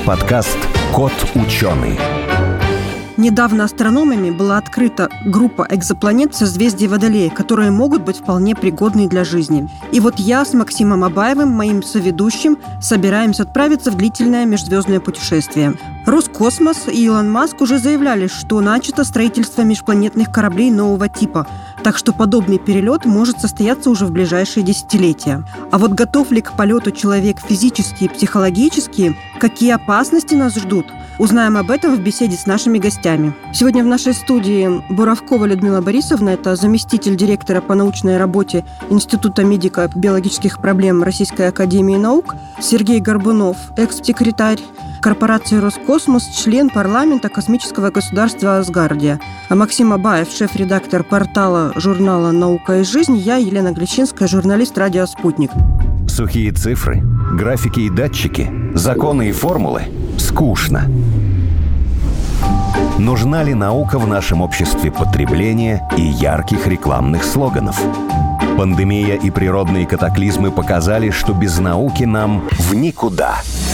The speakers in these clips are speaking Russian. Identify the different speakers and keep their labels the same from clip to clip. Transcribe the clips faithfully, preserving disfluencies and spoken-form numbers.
Speaker 1: подкаст «Кот ученый».
Speaker 2: Недавно астрономами была открыта группа экзопланет в созвездии Водолея, которые могут быть вполне пригодны для жизни. И вот я с Максимом Абаевым, моим соведущим, собираемся отправиться в длительное межзвездное путешествие. Роскосмос и Илон Маск уже заявляли, что начато строительство межпланетных кораблей нового типа, так что подобный перелет может состояться уже в ближайшие десятилетия. А вот готов ли к полету человек физически и психологически, какие опасности нас ждут, узнаем об этом в беседе с нашими гостями. Сегодня в нашей студии Буравкова Людмила Борисовна, это заместитель директора по научной работе Института медико-биологических проблем Российской академии наук, Сергей Горбунов, экс-секретарь корпорации «Роскосмос», член парламента космического государства Асгардия. А Максим Абаев, шеф-редактор портала журнала «Наука и жизнь». Я, Елена Гличинская, журналист радио «Спутник».
Speaker 1: Сухие цифры, графики и датчики, законы и формулы – скучно. Нужна ли наука в нашем обществе потребления и ярких рекламных слоганов? Пандемия и природные катаклизмы показали, что без науки нам в никуда.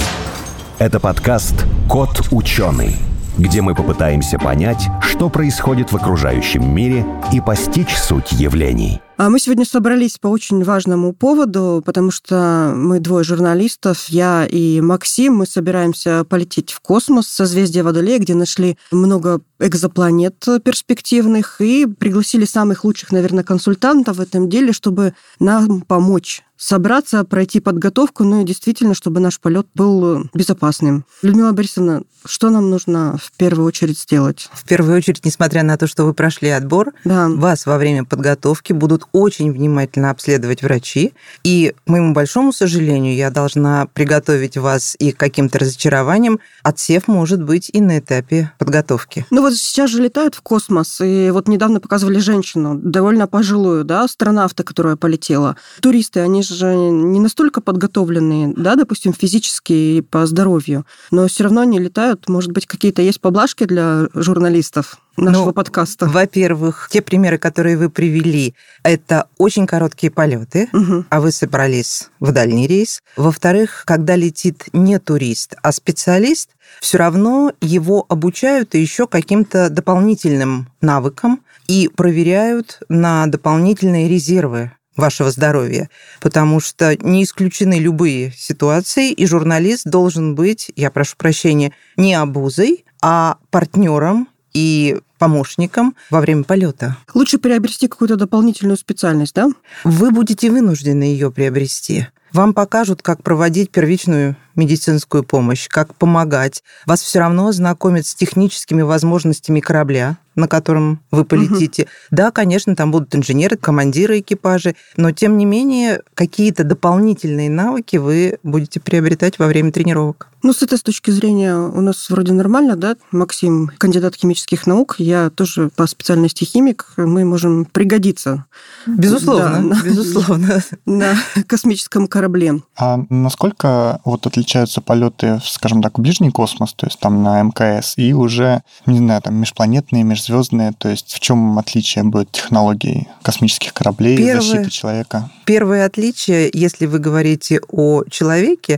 Speaker 1: Это подкаст «Кот ученый», где мы попытаемся понять, что происходит в окружающем мире и постичь суть явлений.
Speaker 2: А мы сегодня собрались по очень важному поводу, потому что мы двое журналистов, я и Максим, мы собираемся полететь в космос, созвездие Водолея, где нашли много экзопланет перспективных и пригласили самых лучших, наверное, консультантов в этом деле, чтобы нам помочь собраться, пройти подготовку, ну и действительно, чтобы наш полет был безопасным. Людмила Борисовна, что нам нужно в первую очередь сделать?
Speaker 3: В первую очередь, несмотря на то, что вы прошли отбор,
Speaker 2: да.
Speaker 3: вас во время подготовки будут очень внимательно обследовать врачи. И, к моему большому сожалению, я должна приготовить вас и к каким-то разочарованиям. Отсев может быть и на этапе подготовки.
Speaker 2: Ну вот сейчас же летают в космос, и вот недавно показывали женщину, довольно пожилую, да, астронавта, которая полетела. Туристы, они же не настолько подготовленные, да, допустим, физически и по здоровью, но все равно они летают. Может быть, какие-то есть поблажки для журналистов нашего ну, подкаста?
Speaker 3: Во-первых, те примеры, которые вы привели, это очень короткие полеты, угу. а вы собрались в дальний рейс. Во-вторых, когда летит не турист, а специалист, все равно его обучают еще каким-то дополнительным навыкам и проверяют на дополнительные резервы вашего здоровья, потому что не исключены любые ситуации, и журналист должен быть, я прошу прощения, не обузой, а партнером и помощником во время полета.
Speaker 2: Лучше приобрести какую-то дополнительную специальность, да?
Speaker 3: Вы будете вынуждены ее приобрести. Вам покажут, как проводить первичную медицинскую помощь, как помогать. Вас все равно знакомят с техническими возможностями корабля, на котором вы полетите. Угу. Да, конечно, там будут инженеры, командиры экипажей, но, тем не менее, какие-то дополнительные навыки вы будете приобретать во время тренировок.
Speaker 2: Ну, с этой точки зрения у нас вроде нормально, да? Максим, кандидат химических наук, я тоже по специальности химик, мы можем пригодиться.
Speaker 3: Безусловно,
Speaker 2: да,
Speaker 3: безусловно.
Speaker 2: На, на космическом корабле.
Speaker 4: А насколько вот отличаются полеты, скажем так, в ближний космос, то есть там на эм ка эс, и уже, не знаю, там межпланетные, межзвездные, то есть в чем отличие будет технологий космических кораблей, Первое... защиты человека?
Speaker 3: Первое отличие, если вы говорите о человеке,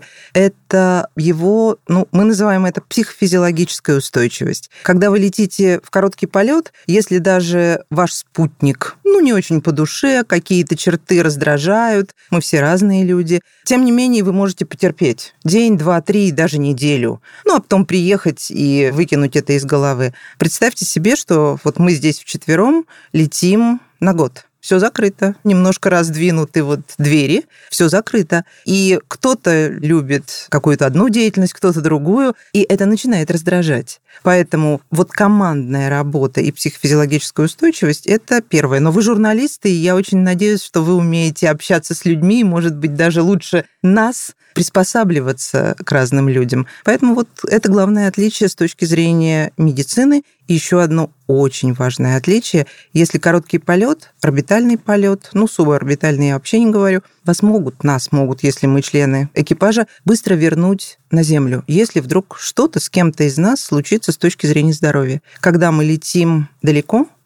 Speaker 3: это его, ну, мы называем это психофизиологическая устойчивость. Когда вы летите в короткий полет, если даже ваш спутник, ну, не очень по душе, какие-то черты раздражают, мы все разные люди, тем не менее вы можете потерпеть день, два, три, даже неделю, ну, а потом приехать и выкинуть это из головы. Представьте себе, что вот мы здесь вчетвером летим на год. Все закрыто, немножко раздвинуты вот двери, все закрыто. И кто-то любит какую-то одну деятельность, кто-то другую, и это начинает раздражать. Поэтому вот командная работа и психофизиологическая устойчивость – это первое. Но вы журналисты, и я очень надеюсь, что вы умеете общаться с людьми, может быть, даже лучше нас, приспосабливаться к разным людям. Поэтому вот это главное отличие с точки зрения медицины. И еще одно очень важное отличие. Если короткий полет, орбитальный полет, ну, суборбитальный я вообще не говорю, вас могут, нас могут, если мы члены экипажа, быстро вернуть на Землю, если вдруг что-то с кем-то из нас случится с точки зрения здоровья. Когда мы летим далеко,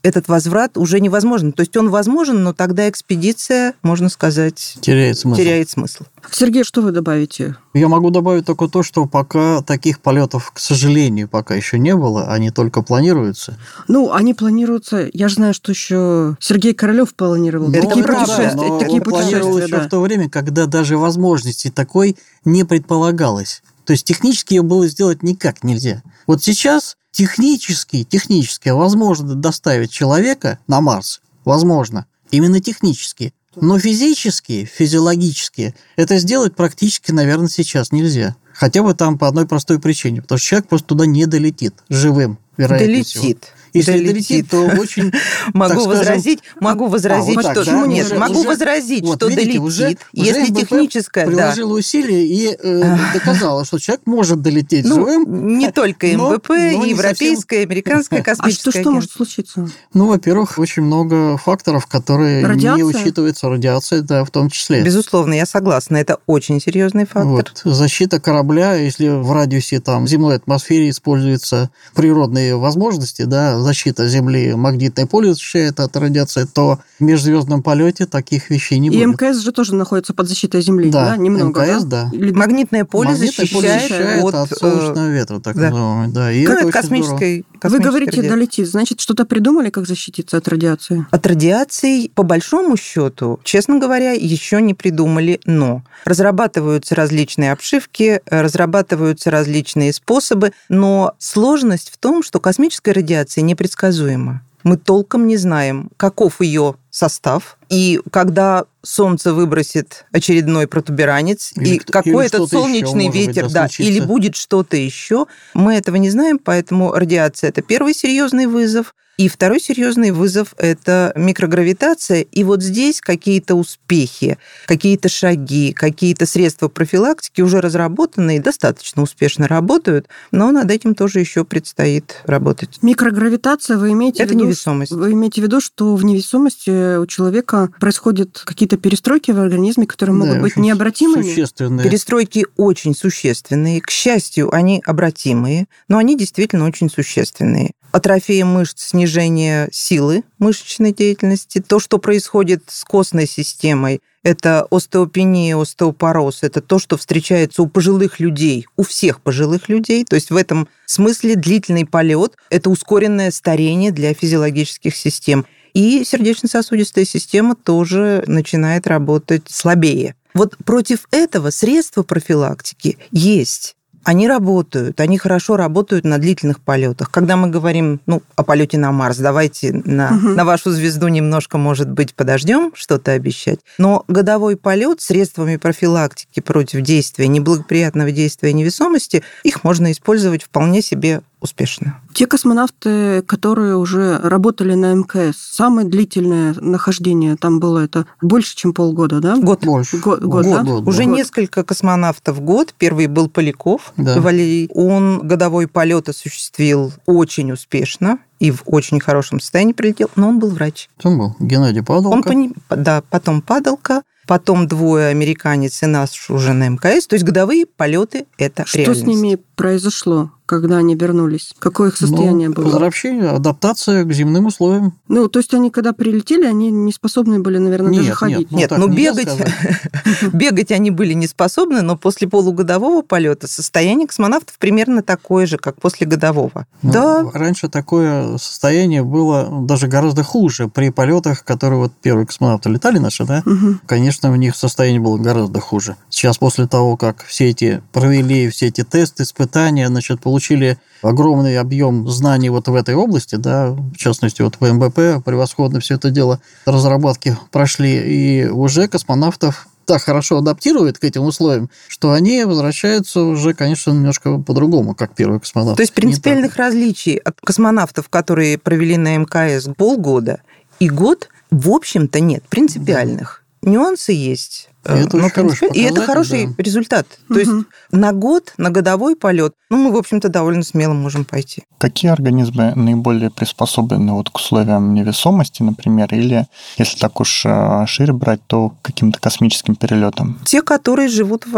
Speaker 3: этот возврат уже невозможен. То есть он возможен, но тогда экспедиция, можно сказать,
Speaker 5: теряет смысл.
Speaker 3: Теряет смысл.
Speaker 2: Сергей, что вы добавите?
Speaker 5: Я могу добавить только то, что пока таких полетов, к сожалению, пока еще не было, они только планируются.
Speaker 2: Ну, они планируются. Я же знаю, что еще Сергей Королёв планировал.
Speaker 3: Это
Speaker 2: такие
Speaker 3: правда,
Speaker 2: путешествия.
Speaker 5: но
Speaker 2: Такие
Speaker 5: он планировал
Speaker 2: путешествия,
Speaker 5: еще
Speaker 2: да.
Speaker 5: в то время, когда даже возможности такой не предполагалось. То есть технически ее было сделать никак нельзя. Вот сейчас технически, технически возможно доставить человека на Марс. Возможно. Именно технически. Но физически, физиологически это сделать практически, наверное, сейчас нельзя. Хотя бы там по одной простой причине. Потому что человек просто туда не долетит живым, вероятнее всего.
Speaker 3: Долетит.
Speaker 5: Если
Speaker 3: долетит.
Speaker 5: долетит, то очень...
Speaker 3: Могу
Speaker 5: так
Speaker 3: возразить,
Speaker 5: скажем,
Speaker 3: могу возразить,
Speaker 5: а, вот
Speaker 3: что...
Speaker 5: так, да?
Speaker 3: Нет,
Speaker 5: Уже-
Speaker 3: могу
Speaker 5: уже-
Speaker 3: возразить,
Speaker 5: вот,
Speaker 3: что
Speaker 5: видите,
Speaker 3: долетит,
Speaker 5: уже-
Speaker 3: если
Speaker 5: уже МБП
Speaker 3: техническое... Да.
Speaker 5: приложила усилия и э, доказала, что человек может долететь
Speaker 3: Ну,
Speaker 5: живым.
Speaker 3: не только
Speaker 5: но-
Speaker 3: МБП,
Speaker 5: но
Speaker 3: и
Speaker 5: не
Speaker 3: европейское,
Speaker 5: совсем.
Speaker 3: и американское
Speaker 2: А что,
Speaker 3: космическое
Speaker 2: что может
Speaker 3: агентство.
Speaker 2: случиться?
Speaker 5: Ну, во-первых, очень много факторов, которые
Speaker 2: Радиация?
Speaker 5: не учитываются. Радиация, да, в том числе.
Speaker 3: Безусловно, я согласна, это очень серьезный фактор.
Speaker 5: Вот. Защита корабля, если в радиусе там, земной атмосферы используются природные возможности, да, защита Земли, магнитное поле защищает от радиации, то в межзвездном полете таких вещей не
Speaker 2: И
Speaker 5: будет.
Speaker 2: МКС же тоже находится под защитой Земли, да?
Speaker 5: Да,
Speaker 2: Немного,
Speaker 5: МКС, да.
Speaker 2: Или-
Speaker 3: Магнитное поле
Speaker 5: Магнитное поле
Speaker 3: защищает,
Speaker 5: защищает
Speaker 3: от,
Speaker 5: от
Speaker 3: э,
Speaker 5: солнечного ветра, так
Speaker 3: да.
Speaker 5: называемого. Да, и
Speaker 3: ну,
Speaker 5: это
Speaker 3: от
Speaker 5: очень здорово.
Speaker 3: космической,
Speaker 2: Вы
Speaker 3: космической
Speaker 2: говорите,
Speaker 3: радиации.
Speaker 2: долетит. Значит, что-то придумали, как защититься от радиации?
Speaker 3: От радиации, по большому счету, честно говоря, еще не придумали, но разрабатываются различные обшивки, разрабатываются различные способы, но сложность в том, что космическая радиация непредсказуема. Мы толком не знаем, каков ее состав, и когда Солнце выбросит очередной протуберанец,
Speaker 5: Или
Speaker 3: и
Speaker 5: кто-
Speaker 3: какой
Speaker 5: или
Speaker 3: этот
Speaker 5: что-то
Speaker 3: солнечный
Speaker 5: еще, может быть,
Speaker 3: ветер,
Speaker 5: да,
Speaker 3: да,
Speaker 5: случится.
Speaker 3: или будет что-то еще, мы этого не знаем, поэтому радиация – это первый серьезный вызов. И второй серьезный вызов – это микрогравитация. И вот здесь какие-то успехи, какие-то шаги, какие-то средства профилактики уже разработаны и достаточно успешно работают, но над этим тоже еще предстоит работать.
Speaker 2: Микрогравитация, вы имеете
Speaker 3: Это
Speaker 2: в виду...
Speaker 3: невесомость.
Speaker 2: Вы имеете в виду, что в невесомости у человека происходят какие-то перестройки в организме, которые могут
Speaker 5: Да,
Speaker 2: быть
Speaker 5: очень
Speaker 2: необратимыми?
Speaker 5: Существенные.
Speaker 3: Перестройки очень существенные. К счастью, они обратимые, но они действительно очень существенные. Атрофия мышц, снижение силы мышечной деятельности, то, что происходит с костной системой, это остеопения, остеопороз, это то, что встречается у пожилых людей, у всех пожилых людей. То есть в этом смысле длительный полет – это ускоренное старение для физиологических систем. И сердечно-сосудистая система тоже начинает работать слабее. Вот против этого средства профилактики есть. Они работают, они хорошо работают на длительных полетах. Когда мы говорим ну, о полете на Марс, давайте на, угу. на вашу звезду немножко, может быть, подождем что-то обещать. Но годовой полет средствами профилактики против действия, неблагоприятного действия невесомости, их можно использовать вполне себе успешно.
Speaker 2: Те космонавты, которые уже работали на МКС, самое длительное нахождение там было это больше, чем полгода, да?
Speaker 3: Год.
Speaker 5: Больше.
Speaker 2: Год,
Speaker 5: год,
Speaker 2: год, да?
Speaker 5: год,
Speaker 3: Уже
Speaker 2: год.
Speaker 3: несколько космонавтов в год. Первый был Поляков,
Speaker 5: да.
Speaker 3: Валерий. Он годовой полет осуществил очень успешно и в очень хорошем состоянии прилетел, но он был врач.
Speaker 5: Там был Геннадий Падалко.
Speaker 3: Он пони... Да, потом Падалко, потом двое, американец и наш уже на МКС. То есть годовые полеты – это
Speaker 2: Что
Speaker 3: реальность.
Speaker 2: с ними произошло, когда они вернулись? Какое их состояние
Speaker 5: ну,
Speaker 2: было?
Speaker 5: Возвращение, адаптация к земным условиям.
Speaker 2: Ну, то есть они, когда прилетели, они не способны были, наверное,
Speaker 5: нет,
Speaker 2: даже ходить?
Speaker 5: Нет, ну,
Speaker 3: Нет,
Speaker 5: так
Speaker 3: ну
Speaker 5: нельзя
Speaker 3: бегать,
Speaker 5: сказать.
Speaker 3: бегать они были не способны, но после полугодового полета состояние космонавтов примерно такое же, как после годового.
Speaker 5: Ну,
Speaker 3: да.
Speaker 5: Раньше такое состояние было даже гораздо хуже при полетах, которые вот первые космонавты летали наши, да?
Speaker 2: Угу.
Speaker 5: Конечно, у них состояние было гораздо хуже. Сейчас после того, как все эти провели все эти тесты, испытания, значит, получили огромный объем знаний вот в этой области, да, в частности, вот в МБП, превосходно все это дело, разработки прошли, и уже космонавтов так хорошо адаптируют к этим условиям, что они возвращаются уже, конечно, немножко по-другому, как первый космонавт.
Speaker 3: То есть принципиальных различий от космонавтов, которые провели на МКС полгода, и год, в общем-то, нет, принципиальных. Да. Нюансы есть.
Speaker 5: И это,
Speaker 3: но,
Speaker 5: хороший
Speaker 3: и это хороший
Speaker 5: да.
Speaker 3: результат. То
Speaker 2: угу.
Speaker 3: есть на год, на годовой полет, ну, мы, в общем-то, довольно смело можем пойти.
Speaker 4: Какие организмы наиболее приспособлены вот к условиям невесомости, например, или, если так уж шире брать, то к каким-то космическим перелетам?
Speaker 3: Те, которые живут в воде.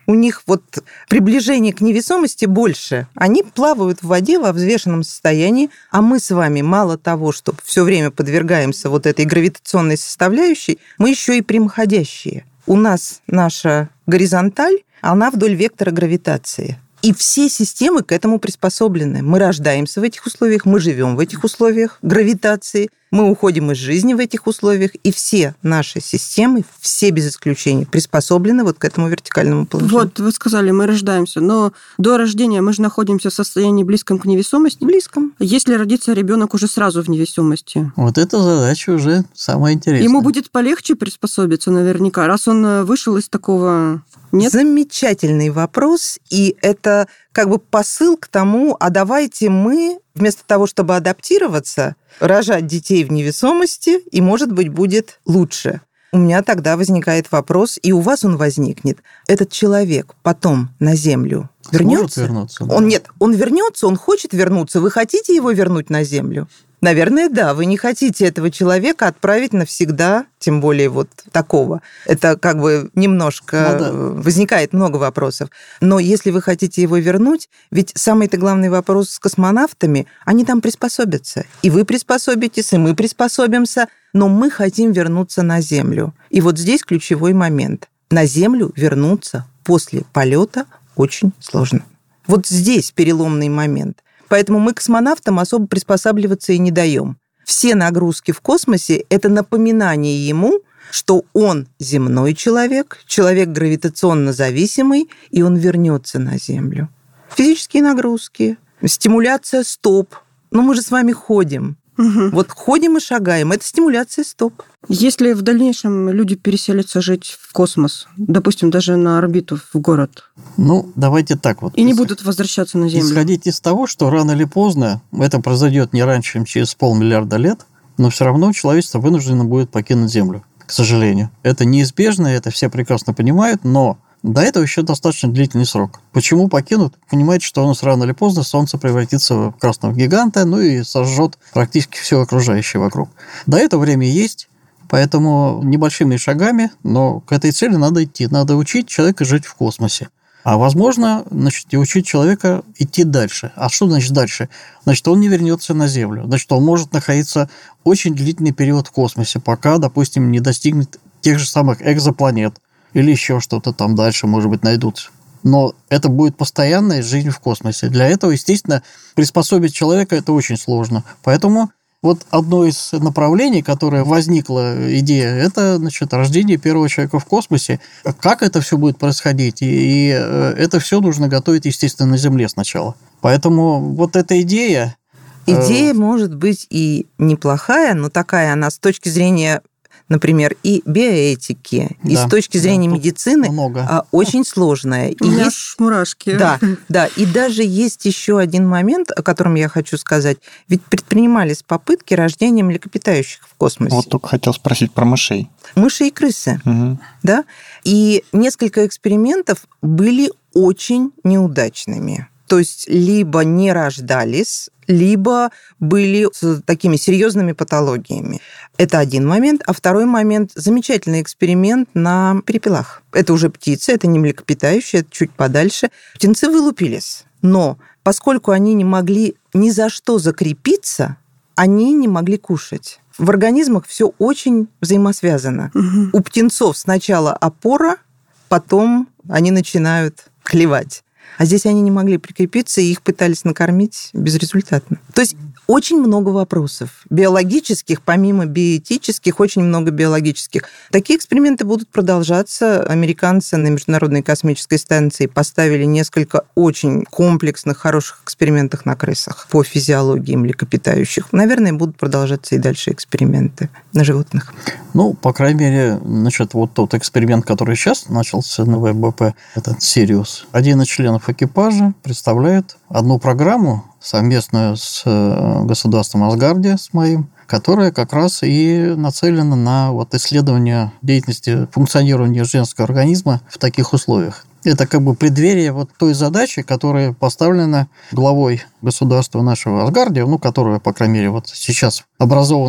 Speaker 3: У них вот приближение к невесомости больше. Они плавают в воде во взвешенном состоянии, а мы с вами мало того, что все время подвергаемся вот этой гравитационной составляющей, мы еще и прямоходящие. У нас наша горизонталь, она вдоль вектора гравитации. И все системы к этому приспособлены. Мы рождаемся в этих условиях, мы живем в этих условиях гравитации, мы уходим из жизни в этих условиях, и все наши системы, все без исключения, приспособлены вот к этому вертикальному положению.
Speaker 2: Вот, вы сказали, мы рождаемся, но до рождения мы же находимся в состоянии близком к невесомости.
Speaker 3: Близком.
Speaker 2: Если родится ребенок уже сразу в невесомости.
Speaker 5: Вот эта задача уже самая интересная.
Speaker 2: Ему будет полегче приспособиться наверняка, раз он вышел из такого... Нет?
Speaker 3: Замечательный вопрос, и это как бы посыл к тому, а давайте мы, вместо того, чтобы адаптироваться, рожать детей в невесомости, и, может быть, будет лучше. У меня тогда возникает вопрос, и у вас он возникнет. Этот человек потом на Землю вернется?
Speaker 5: Сможет вернуться? Да.
Speaker 3: Он нет, он вернется, он хочет вернуться. Вы хотите его вернуть на Землю? Наверное, да. Вы не хотите этого человека отправить навсегда, тем более вот такого. Это как бы немножко... Ну, да. Возникает много вопросов. Но если вы хотите его вернуть, ведь самый-то главный вопрос с космонавтами, они там приспособятся. И вы приспособитесь, и мы приспособимся, но мы хотим вернуться на Землю. И вот здесь ключевой момент. На Землю вернуться после полета очень сложно. Вот здесь переломный момент. Поэтому мы космонавтам особо приспосабливаться и не даем. Все нагрузки в космосе – это напоминание ему, что он земной человек, человек гравитационно зависимый, и он вернется на Землю. Физические нагрузки, стимуляция стоп. Ну, мы же с вами ходим. Угу. Вот ходим и шагаем. Это стимуляция стоп.
Speaker 2: Если в дальнейшем люди переселятся жить в космос, допустим, даже на орбиту в город...
Speaker 5: Ну, давайте так вот.
Speaker 2: И не будут возвращаться на Землю.
Speaker 5: Исходить из того, что рано или поздно это произойдет не раньше, чем через полмиллиарда лет, но все равно человечество вынуждено будет покинуть Землю, к сожалению. Это неизбежно, это все прекрасно понимают, но до этого еще достаточно длительный срок. Почему покинут? Понимаете, что у нас рано или поздно Солнце превратится в красного гиганта, ну и сожжет практически все окружающее вокруг. До этого время есть, поэтому небольшими шагами, но к этой цели надо идти. Надо учить человека жить в космосе. А возможно, значит, и учить человека идти дальше. А что значит дальше? Значит, он не вернется на Землю. Значит, он может находиться очень длительный период в космосе, пока, допустим, не достигнет тех же самых экзопланет. Или еще что-то там дальше, может быть, найдутся. Но это будет постоянная жизнь в космосе. Для этого, естественно, приспособить человека это очень сложно. Поэтому вот одно из направлений, которое возникла идея, это, значит, рождение первого человека в космосе. Как это все будет происходить? И это все нужно готовить, естественно, на Земле сначала. Поэтому вот эта идея...
Speaker 3: Идея может быть и неплохая, но такая она с точки зрения... например, и биоэтики, да, и с точки зрения да, медицины много. Очень сложная.
Speaker 2: У меня аж мурашки.
Speaker 3: Да, да. И даже есть еще один момент, о котором я хочу сказать. Ведь предпринимались попытки рождения млекопитающих в космосе.
Speaker 4: Вот только хотел спросить про мышей.
Speaker 3: Мыши и крысы.
Speaker 4: Угу.
Speaker 3: Да? И несколько экспериментов были очень неудачными. То есть либо не рождались, либо были с такими серьезными патологиями. Это один момент. А второй момент – замечательный эксперимент на перепелах. Это уже птицы, это не млекопитающие, это чуть подальше. Птенцы вылупились, но поскольку они не могли ни за что закрепиться, они не могли кушать. В организмах все очень взаимосвязано. Угу. У птенцов сначала опора, потом они начинают клевать. А здесь они не могли прикрепиться, и их пытались накормить безрезультатно. То есть очень много вопросов. Биологических, помимо биоэтических, очень много биологических. Такие эксперименты будут продолжаться. Американцы на Международной космической станции поставили несколько очень комплексных, хороших экспериментов на крысах по физиологии млекопитающих. Наверное, будут продолжаться и дальше эксперименты на животных.
Speaker 5: Ну, по крайней мере, значит, вот тот эксперимент, который сейчас начался на вэ бэ пэ, этот Сириус, один из членов экипажа представляет одну программу совместную с государством Асгардия, с моим, которая как раз и нацелена на вот исследование деятельности, функционирования женского организма в таких условиях. Это как бы преддверие вот той задачи, которая поставлена главой государства нашего Асгардия, ну, которая, по крайней мере, вот сейчас образована в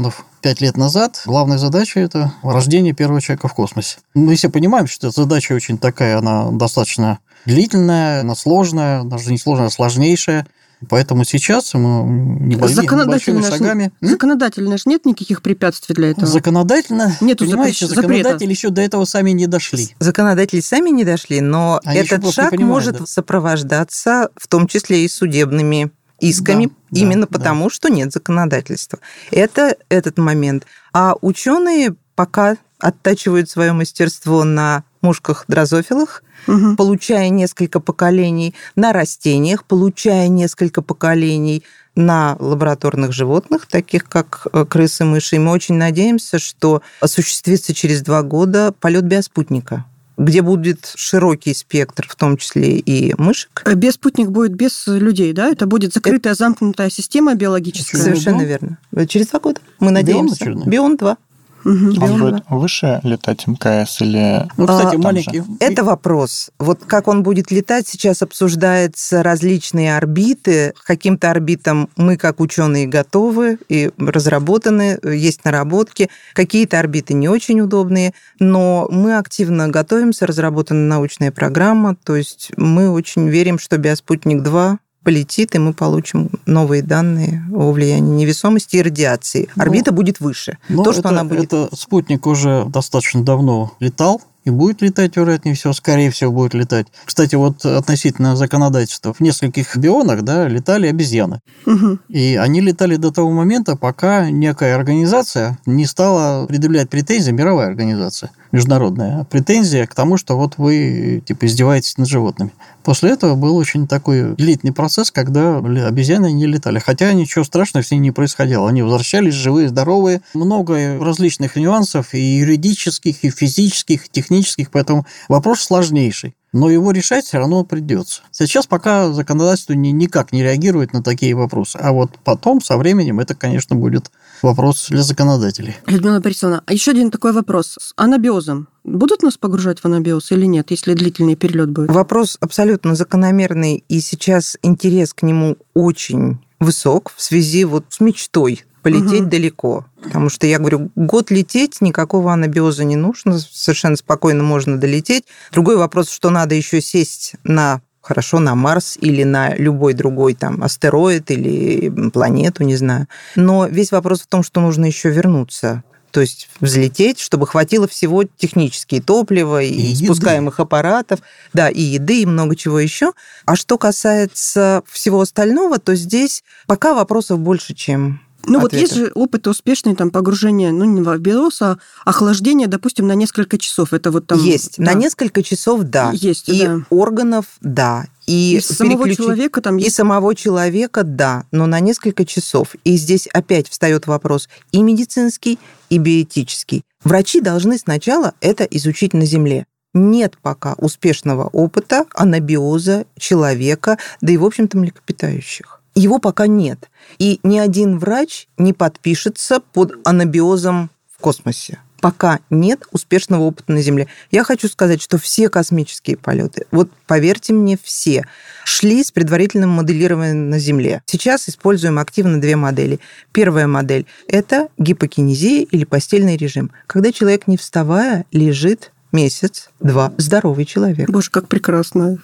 Speaker 5: пять лет назад главная задача – это рождение первого человека в космосе. Мы все понимаем, что задача очень такая, она достаточно длительная, она сложная, даже не сложная, а сложнейшая. Поэтому сейчас мы небольшими шагами...
Speaker 2: Ж, законодательно же нет никаких препятствий для этого?
Speaker 5: Законодательно,
Speaker 2: Нету
Speaker 5: понимаете,
Speaker 2: запрета.
Speaker 5: законодатели еще до этого сами не дошли.
Speaker 3: Законодатели сами не дошли, но Они этот шаг может да. сопровождаться в том числе и судебными исками, да, именно да, потому, да. что нет законодательства. Это этот момент. А ученые пока оттачивают свое мастерство на мушках-дрозофилах, угу. получая несколько поколений, на растениях, получая несколько поколений, на лабораторных животных, таких как крысы, мыши. И мы очень надеемся, что осуществится через два года полет биоспутника, где будет широкий спектр, в том числе и мышек.
Speaker 2: Биоспутник будет без людей, да? Это будет закрытая, Это... замкнутая система биологическая?
Speaker 3: Совершенно верно. Через два года. Мы надеемся. Бион два.
Speaker 4: Угу. Он будет выше летать МКС или...
Speaker 5: Ну, кстати,
Speaker 3: а,
Speaker 5: маленький...
Speaker 3: Это вопрос. Вот как он будет летать, сейчас обсуждаются различные орбиты. К каким-то орбитам мы, как ученые, готовы и разработаны, есть наработки. Какие-то орбиты не очень удобные, но мы активно готовимся, разработана научная программа, то есть мы очень верим, что Биоспутник-два полетит, и мы получим новые данные о влиянии невесомости и радиации. Орбита ну, будет выше.
Speaker 5: Ну,
Speaker 3: То,
Speaker 5: это,
Speaker 3: что она будет...
Speaker 5: это спутник уже достаточно давно летал, и будет летать, вероятнее всего, скорее всего, будет летать. Кстати, вот относительно законодательства, в нескольких бионах, да, летали обезьяны. Угу. И они летали до того момента, пока некая организация не стала предъявлять претензии, мировая организация, международная, претензия к тому, что вот вы, типа, издеваетесь над животными. После этого был очень такой длительный процесс, когда обезьяны не летали. Хотя ничего страшного с ними не происходило. Они возвращались живые, здоровые. Много различных нюансов, и юридических, и физических, и технических, поэтому вопрос сложнейший. Но его решать все равно придется. Сейчас пока законодательство никак не реагирует на такие вопросы. А вот потом, со временем, это, конечно, будет вопрос для законодателей.
Speaker 2: Людмила Борисовна, а еще один такой вопрос. С анабиозом будут нас погружать в анабиоз или нет, если длительный перелет будет?
Speaker 3: Вопрос абсолютно закономерный, и сейчас интерес к нему очень высок в связи вот с мечтой полететь угу. далеко. Потому что, я говорю, год лететь, никакого анабиоза не нужно, совершенно спокойно можно долететь. Другой вопрос, что надо еще сесть на, хорошо, на Марс или на любой другой там астероид или планету, не знаю. Но весь вопрос в том, что нужно еще вернуться. То есть взлететь, чтобы хватило всего технически, и топлива, и, и спускаемых еды. аппаратов, да, и еды, и много чего еще. А что касается всего остального, то здесь пока вопросов больше, чем
Speaker 2: Ну
Speaker 3: ответов.
Speaker 2: Вот есть же опыты успешные там, погружения, ну не в анабиоз, а охлаждение, допустим, на несколько часов. Это вот там...
Speaker 3: Есть.
Speaker 2: Да.
Speaker 3: На несколько часов, да.
Speaker 2: Есть,
Speaker 3: и
Speaker 2: да.
Speaker 3: органов, да. И,
Speaker 2: и самого
Speaker 3: переключить...
Speaker 2: человека там есть...
Speaker 3: И самого человека, да, но на несколько часов. И здесь опять встает вопрос и медицинский, и биоэтический. Врачи должны сначала это изучить на Земле. Нет пока успешного опыта анабиоза человека, да и, в общем-то, млекопитающих. Его пока нет. И ни один врач не подпишется под анабиозом в космосе. Пока нет успешного опыта на Земле. Я хочу сказать, что все космические полеты, вот поверьте мне, все, шли с предварительным моделированием на Земле. Сейчас используем активно две модели. Первая модель – это гипокинезия или постельный режим, когда человек, не вставая, лежит месяц-два. Здоровый человек.
Speaker 2: Боже, как прекрасно.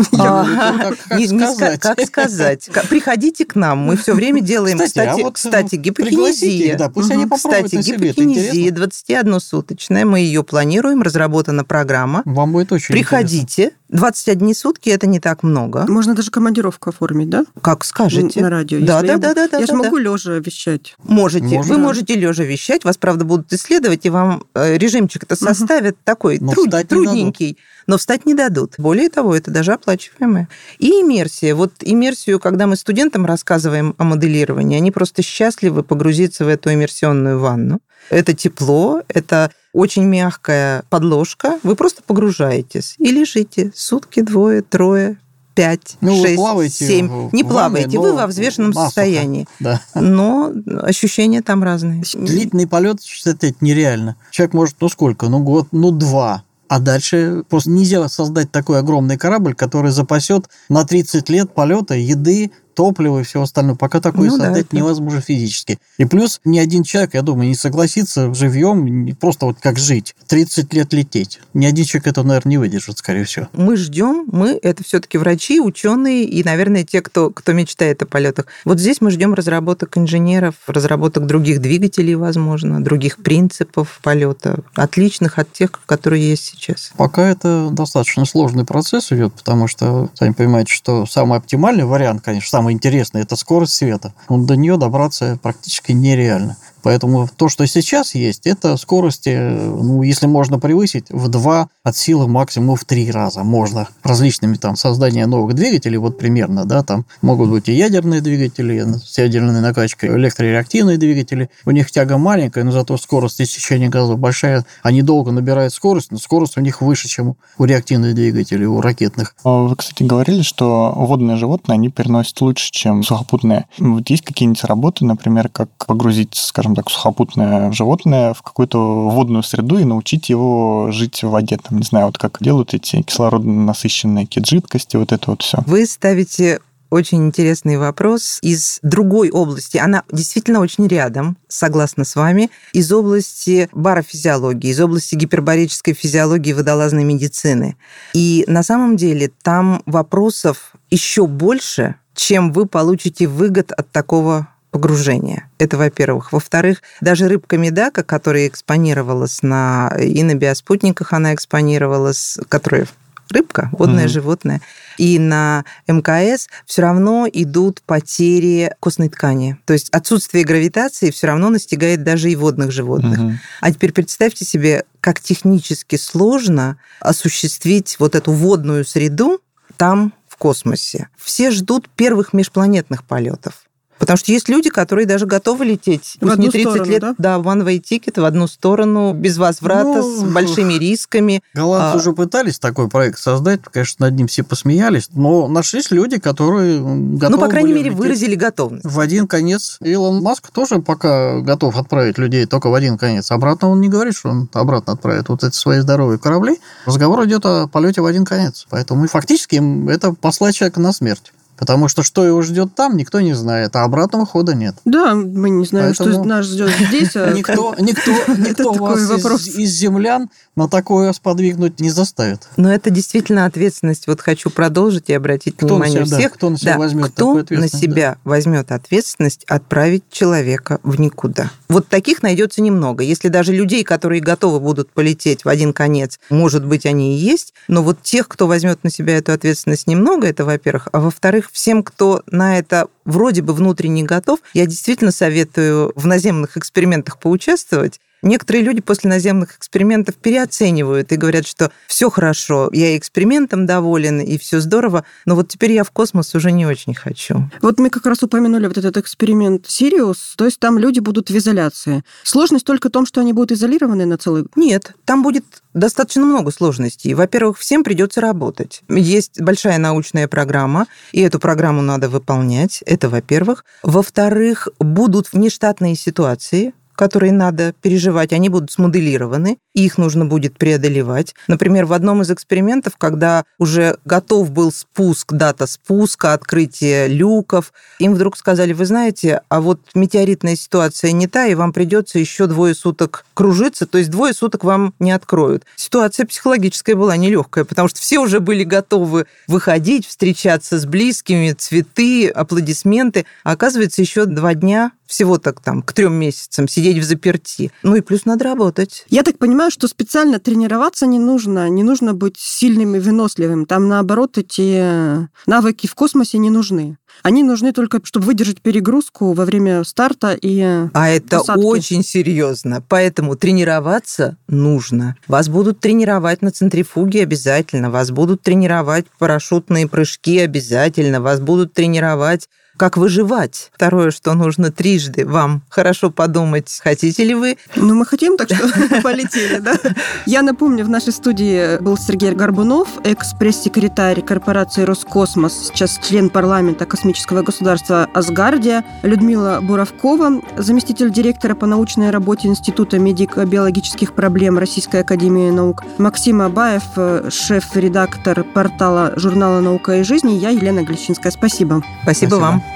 Speaker 5: А, как,
Speaker 3: не, не
Speaker 5: сказать?
Speaker 3: как сказать? Приходите к нам, мы все время делаем.
Speaker 5: Кстати,
Speaker 3: кстати,
Speaker 5: а вот
Speaker 3: кстати гипокинезия.
Speaker 5: Да, пусть они попробуют
Speaker 3: Кстати,
Speaker 5: на себе,
Speaker 3: гипокинезия двадцатиодносуточная, мы ее планируем, разработана программа.
Speaker 5: Вам будет очень
Speaker 3: Приходите.
Speaker 5: интересно.
Speaker 3: двадцать одни сутки – это не так много.
Speaker 2: Можно даже командировку оформить, да?
Speaker 3: Как скажете.
Speaker 2: На радио.
Speaker 3: Да, да,
Speaker 2: я,
Speaker 3: да, да, да.
Speaker 2: Я
Speaker 3: да,
Speaker 2: же
Speaker 3: да.
Speaker 2: могу лежа вещать.
Speaker 3: Можете.
Speaker 5: Можно.
Speaker 3: Вы можете лежа вещать, вас, правда, будут исследовать, и вам режимчик-то составят угу. такой
Speaker 5: но
Speaker 3: труд, трудненький, но встать не дадут. Более того, это даже оплачиваемое. И иммерсия. Вот иммерсию, когда мы студентам рассказываем о моделировании, они просто счастливы погрузиться в эту иммерсионную ванну. Это тепло, это очень мягкая подложка. Вы просто погружаетесь и лежите сутки, двое, трое, пять,
Speaker 5: ну,
Speaker 3: шесть, семь. Не плаваете, вы во взвешенном насухо. состоянии.
Speaker 5: Да.
Speaker 3: Но ощущения там разные.
Speaker 5: Длительный полет, это нереально. Человек может, ну сколько, ну год, ну два. А дальше просто нельзя создать такой огромный корабль, который запасет на тридцать лет полета еды, топливо и все остальное. Пока такое
Speaker 3: Ну да,
Speaker 5: создать
Speaker 3: это-
Speaker 5: невозможно физически. И плюс ни один человек, я думаю, не согласится живьем не просто вот как жить. тридцать лет лететь. Ни один человек этого, наверное, не выдержит, скорее всего.
Speaker 3: Мы ждем, мы это все-таки врачи, ученые и, наверное, те, кто, кто мечтает о полетах. Вот здесь мы ждем разработок инженеров, разработок других двигателей, возможно, других принципов полета, отличных от тех, которые есть сейчас.
Speaker 5: Пока это достаточно сложный процесс идет, потому что, сами понимаете, что самый оптимальный вариант, конечно, самый интересный, это скорость света. Но до нее добраться практически нереально. Поэтому то, что сейчас есть, это скорости, ну, если можно превысить, в два, от силы максимум в три раза можно. Различными там создания новых двигателей, вот примерно, да, там могут быть и ядерные двигатели с ядерной накачкой, электрореактивные двигатели. У них тяга маленькая, но зато скорость истечения газа большая. Они долго набирают скорость, но скорость у них выше, чем у реактивных двигателей, у ракетных.
Speaker 4: Вы, кстати, говорили, что водные животные, они переносят лучше, чем сухопутные. Вот есть какие-нибудь работы, например, как погрузить, скажем так, сухопутное животное в какую-то водную среду и научить его жить в воде? Там, не знаю, вот как делают эти кислородно-насыщенные кит-жидкости, вот это вот все.
Speaker 3: Вы ставите очень интересный вопрос из другой области. Она действительно очень рядом, согласна с вами, из области барофизиологии, из области гипербарической физиологии водолазной медицины. И на самом деле там вопросов еще больше, чем вы получите выгод от такого погружения. Это, во-первых. Во-вторых, даже рыбка медака, которая экспонировалась на... и на биоспутниках она экспонировалась, которая рыбка, водное mm-hmm. животное, и на эм ка эс все равно идут потери костной ткани. То есть отсутствие гравитации все равно настигает даже и водных животных. Mm-hmm. А теперь представьте себе, как технически сложно осуществить вот эту водную среду там, в космосе. Все ждут первых межпланетных полетов. Потому что есть люди, которые даже готовы лететь.
Speaker 2: В одну
Speaker 3: не тридцать
Speaker 2: сторону,
Speaker 3: лет,
Speaker 2: да?
Speaker 3: да, one-way ticket в одну сторону, без возврата,
Speaker 5: Ну,
Speaker 3: с большими рисками.
Speaker 5: Голландцы
Speaker 3: А-
Speaker 5: уже пытались такой проект создать, конечно, над ним все посмеялись, но нашлись люди, которые готовы
Speaker 3: Ну, по крайней
Speaker 5: были
Speaker 3: мере,
Speaker 5: лететь
Speaker 3: выразили готовность.
Speaker 5: в один конец. Илон Маск тоже пока готов отправить людей только в один конец. Обратно он не говорит, что он обратно отправит вот эти свои здоровые корабли. Разговор идет о полете в один конец. Поэтому фактически им это послать человека на смерть. Потому что что его ждет там, никто не знает, а обратного хода нет.
Speaker 2: Да, мы не знаем,
Speaker 5: Поэтому-
Speaker 2: что нас ждет здесь. а
Speaker 5: Никто, никто, никто
Speaker 2: такой
Speaker 5: вас
Speaker 2: вопрос.
Speaker 5: из, из землян на такое сподвигнуть не заставит.
Speaker 3: Но это действительно ответственность. Вот хочу продолжить и обратить
Speaker 5: Кто на
Speaker 3: внимание
Speaker 5: себя, да,
Speaker 3: всех.
Speaker 5: кто на себя
Speaker 3: Да,
Speaker 5: возьмет
Speaker 3: кто
Speaker 5: такую
Speaker 3: на
Speaker 5: ответственность,
Speaker 3: себя возьмет ответственность отправить человека в никуда. Вот таких найдется немного. Если даже людей, которые готовы будут полететь в один конец, может быть, они и есть, но вот тех, кто возьмет на себя эту ответственность, немного, это, во-первых. А во-вторых, всем, кто на это вроде бы внутренне готов, я действительно советую в наземных экспериментах поучаствовать. Некоторые люди после наземных экспериментов переоценивают и говорят, что все хорошо, я экспериментом доволен, и все здорово, но вот теперь я в космос уже не очень хочу.
Speaker 2: Вот мы как раз упомянули вот этот эксперимент Сириус, то есть там люди будут в изоляции. Сложность только в том, что они будут изолированы на целый год.
Speaker 3: Нет, там будет достаточно много сложностей. Во-первых, всем придется работать. Есть большая научная программа, и эту программу надо выполнять. Это во-первых. Во-вторых, будут внештатные ситуации, которые надо переживать, они будут смоделированы, и их нужно будет преодолевать. Например, в одном из экспериментов, когда уже готов был спуск, дата спуска, открытие люков, им вдруг сказали: вы знаете, а вот метеоритная ситуация не та, и вам придется еще двое суток кружиться, то есть двое суток вам не откроют. Ситуация психологическая была нелегкая, потому что все уже были готовы выходить, встречаться с близкими, цветы, аплодисменты, а оказывается, еще два дня всего так там к трем месяцам сидеть в заперти. Ну и плюс надо работать.
Speaker 2: Я так понимаю, что специально тренироваться не нужно, не нужно быть сильным и выносливым. Там, наоборот, эти навыки в космосе не нужны. Они нужны только, чтобы выдержать перегрузку во время старта и
Speaker 3: А это
Speaker 2: посадки.
Speaker 3: очень серьезно. Поэтому тренироваться нужно. Вас будут тренировать на центрифуге обязательно. Вас будут тренировать парашютные прыжки обязательно. Вас будут тренировать, как выживать. Второе, что нужно трижды вам хорошо подумать, хотите ли вы.
Speaker 2: Ну, мы хотим, так что полетели, да? Я напомню, в нашей студии был Сергей Горбунов, экс-пресс-секретарь корпорации Роскосмос, сейчас член парламента космического государства Асгардия, Людмила Буровкова, заместитель директора по научной работе Института медико-биологических проблем Российской академии наук, Максим Абаев, шеф-редактор портала журнала «Наука и жизнь», и я, Елена Глещинская. Спасибо.
Speaker 3: Спасибо,
Speaker 5: Спасибо.
Speaker 3: вам.